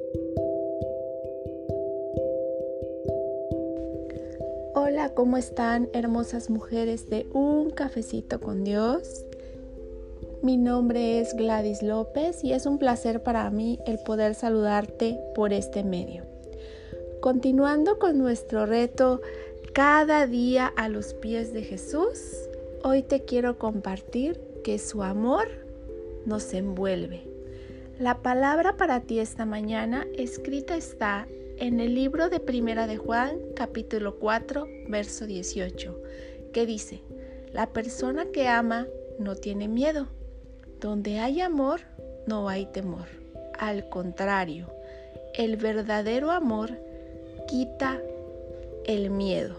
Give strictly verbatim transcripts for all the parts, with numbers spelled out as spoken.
Hola, ¿cómo están, hermosas mujeres de Un Cafecito con Dios? Mi nombre es Gladys López y es un placer para mí el poder saludarte por este medio. Continuando con nuestro reto Cada día a los pies de Jesús, hoy te quiero compartir que su amor nos envuelve. La palabra para ti esta mañana escrita está en el libro de Primera de Juan, capítulo cuatro, verso dieciocho, que dice: la persona que ama no tiene miedo. Donde hay amor, no hay temor. Al contrario, el verdadero amor quita el miedo.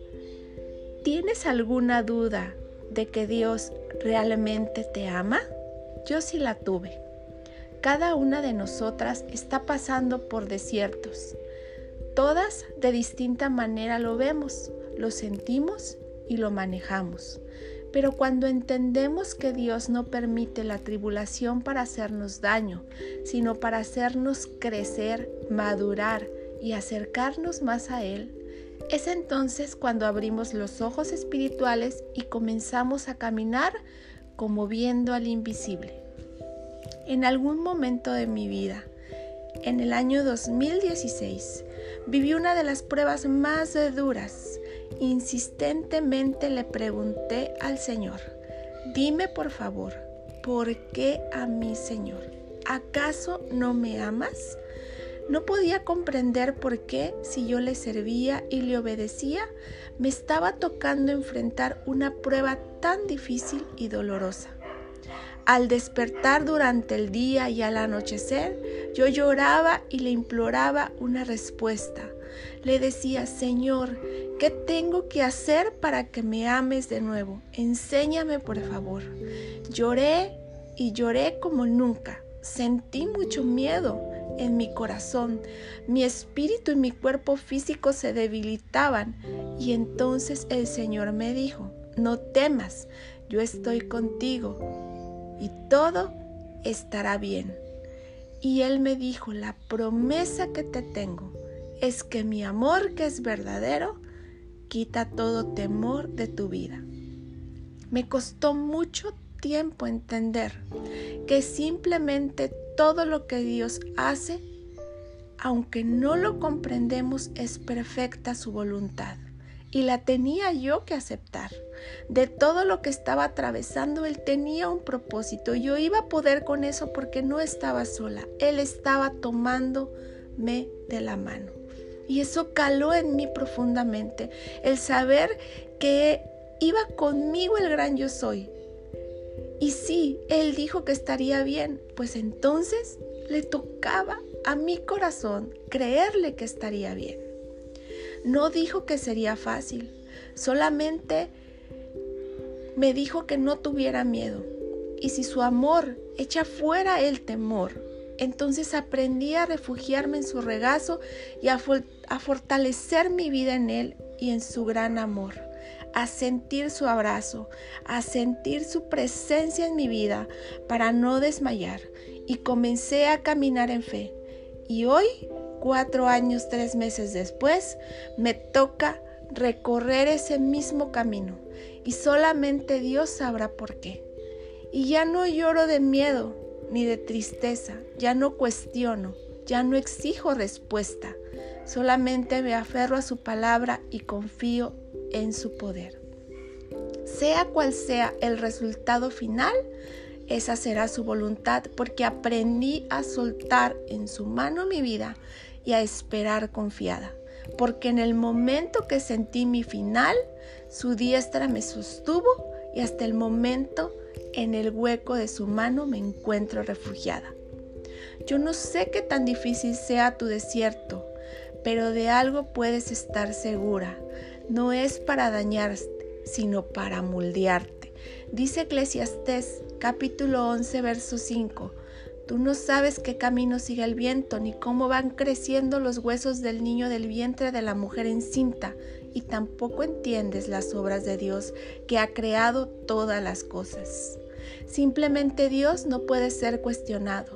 ¿Tienes alguna duda de que Dios realmente te ama? Yo sí la tuve. Cada una de nosotras está pasando por desiertos. Todas de distinta manera lo vemos, lo sentimos y lo manejamos. Pero cuando entendemos que Dios no permite la tribulación para hacernos daño, sino para hacernos crecer, madurar y acercarnos más a Él, es entonces cuando abrimos los ojos espirituales y comenzamos a caminar como viendo al invisible. En algún momento de mi vida, en el año dos mil dieciséis, viví una de las pruebas más duras. Insistentemente le pregunté al Señor: dime por favor, ¿por qué a mí, Señor? ¿Acaso no me amas? No podía comprender por qué, si yo le servía y le obedecía, me estaba tocando enfrentar una prueba tan difícil y dolorosa. Al despertar durante el día y al anochecer, yo lloraba y le imploraba una respuesta. Le decía: Señor, ¿qué tengo que hacer para que me ames de nuevo? Enséñame, por favor. Lloré y lloré como nunca. Sentí mucho miedo en mi corazón. Mi espíritu y mi cuerpo físico se debilitaban. Y entonces el Señor me dijo: no temas, yo estoy contigo y todo estará bien. Y Él me dijo: la promesa que te tengo es que mi amor, que es verdadero, quita todo temor de tu vida. Me costó mucho tiempo entender que simplemente todo lo que Dios hace, aunque no lo comprendemos, es perfecta su voluntad. Y la tenía yo que aceptar. De todo lo que estaba atravesando, Él tenía un propósito. Yo iba a poder con eso porque no estaba sola. Él estaba tomándome de la mano. Y eso caló en mí profundamente. El saber que iba conmigo el gran yo soy. Y sí, Él dijo que estaría bien. Pues entonces le tocaba a mi corazón creerle que estaría bien. No dijo que sería fácil, solamente me dijo que no tuviera miedo. Y si su amor echa fuera el temor, entonces aprendí a refugiarme en su regazo y a, for- a fortalecer mi vida en Él y en su gran amor, a sentir su abrazo, a sentir su presencia en mi vida para no desmayar. Y comencé a caminar en fe. Y hoy, Cuatro años, tres meses después, me toca recorrer ese mismo camino y solamente Dios sabrá por qué. Y ya no lloro de miedo ni de tristeza, ya no cuestiono, ya no exijo respuesta, solamente me aferro a su palabra y confío en su poder. Sea cual sea el resultado final, esa será su voluntad, porque aprendí a soltar en su mano mi vida y a esperar confiada. Porque en el momento que sentí mi final, su diestra me sostuvo y hasta el momento en el hueco de su mano me encuentro refugiada. Yo no sé qué tan difícil sea tu desierto, pero de algo puedes estar segura. No es para dañarte, sino para moldearte. Dice Eclesiastés capítulo once, verso cinco. Tú no sabes qué camino sigue el viento, ni cómo van creciendo los huesos del niño del vientre de la mujer encinta, y tampoco entiendes las obras de Dios, que ha creado todas las cosas. Simplemente Dios no puede ser cuestionado.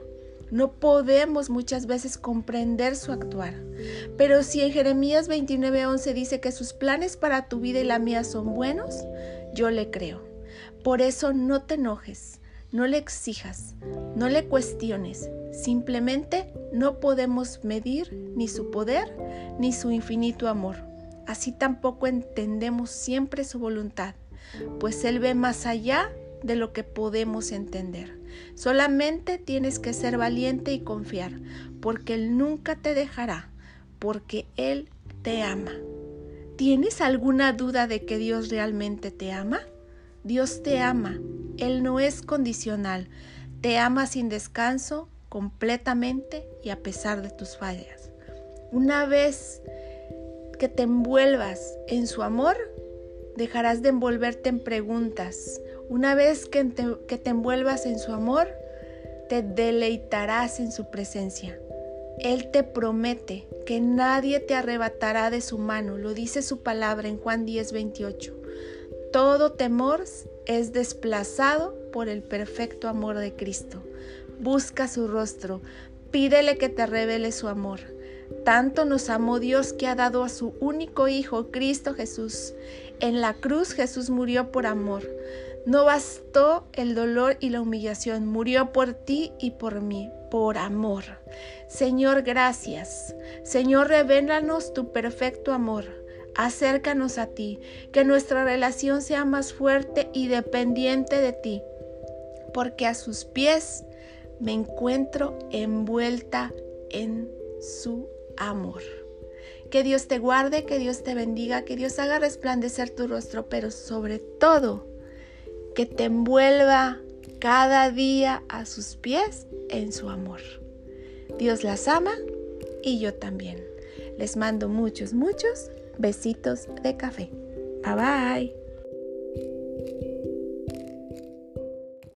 No podemos muchas veces comprender su actuar. Pero si en Jeremías veintinueve once dice que sus planes para tu vida y la mía son buenos, yo le creo. Por eso no te enojes, no le exijas, no le cuestiones. Simplemente no podemos medir ni su poder ni su infinito amor. Así tampoco entendemos siempre su voluntad, pues Él ve más allá de lo que podemos entender. Solamente tienes que ser valiente y confiar, porque Él nunca te dejará, porque Él te ama. ¿Tienes alguna duda de que Dios realmente te ama? Dios te ama. Él no es condicional. Te ama sin descanso, completamente y a pesar de tus fallas. Una vez que te envuelvas en su amor, dejarás de envolverte en preguntas. Una vez que te, que te envuelvas en su amor, te deleitarás en su presencia. Él te promete que nadie te arrebatará de su mano. Lo dice su palabra en Juan diez veintiocho. Todo temor es desplazado por el perfecto amor de Cristo. Busca su rostro, pídele que te revele su amor. Tanto nos amó Dios que ha dado a su único Hijo, Cristo Jesús. En la cruz Jesús murió por amor. No bastó el dolor y la humillación, murió por ti y por mí, por amor. Señor, gracias. Señor, revélanos tu perfecto amor. Acércanos a ti, que nuestra relación sea más fuerte y dependiente de ti, porque a sus pies me encuentro envuelta en su amor. Que Dios te guarde, que Dios te bendiga, que Dios haga resplandecer tu rostro, pero sobre todo, que te envuelva cada día a sus pies en su amor. Dios las ama y yo también. Les mando muchos, muchos besitos de café. Bye bye.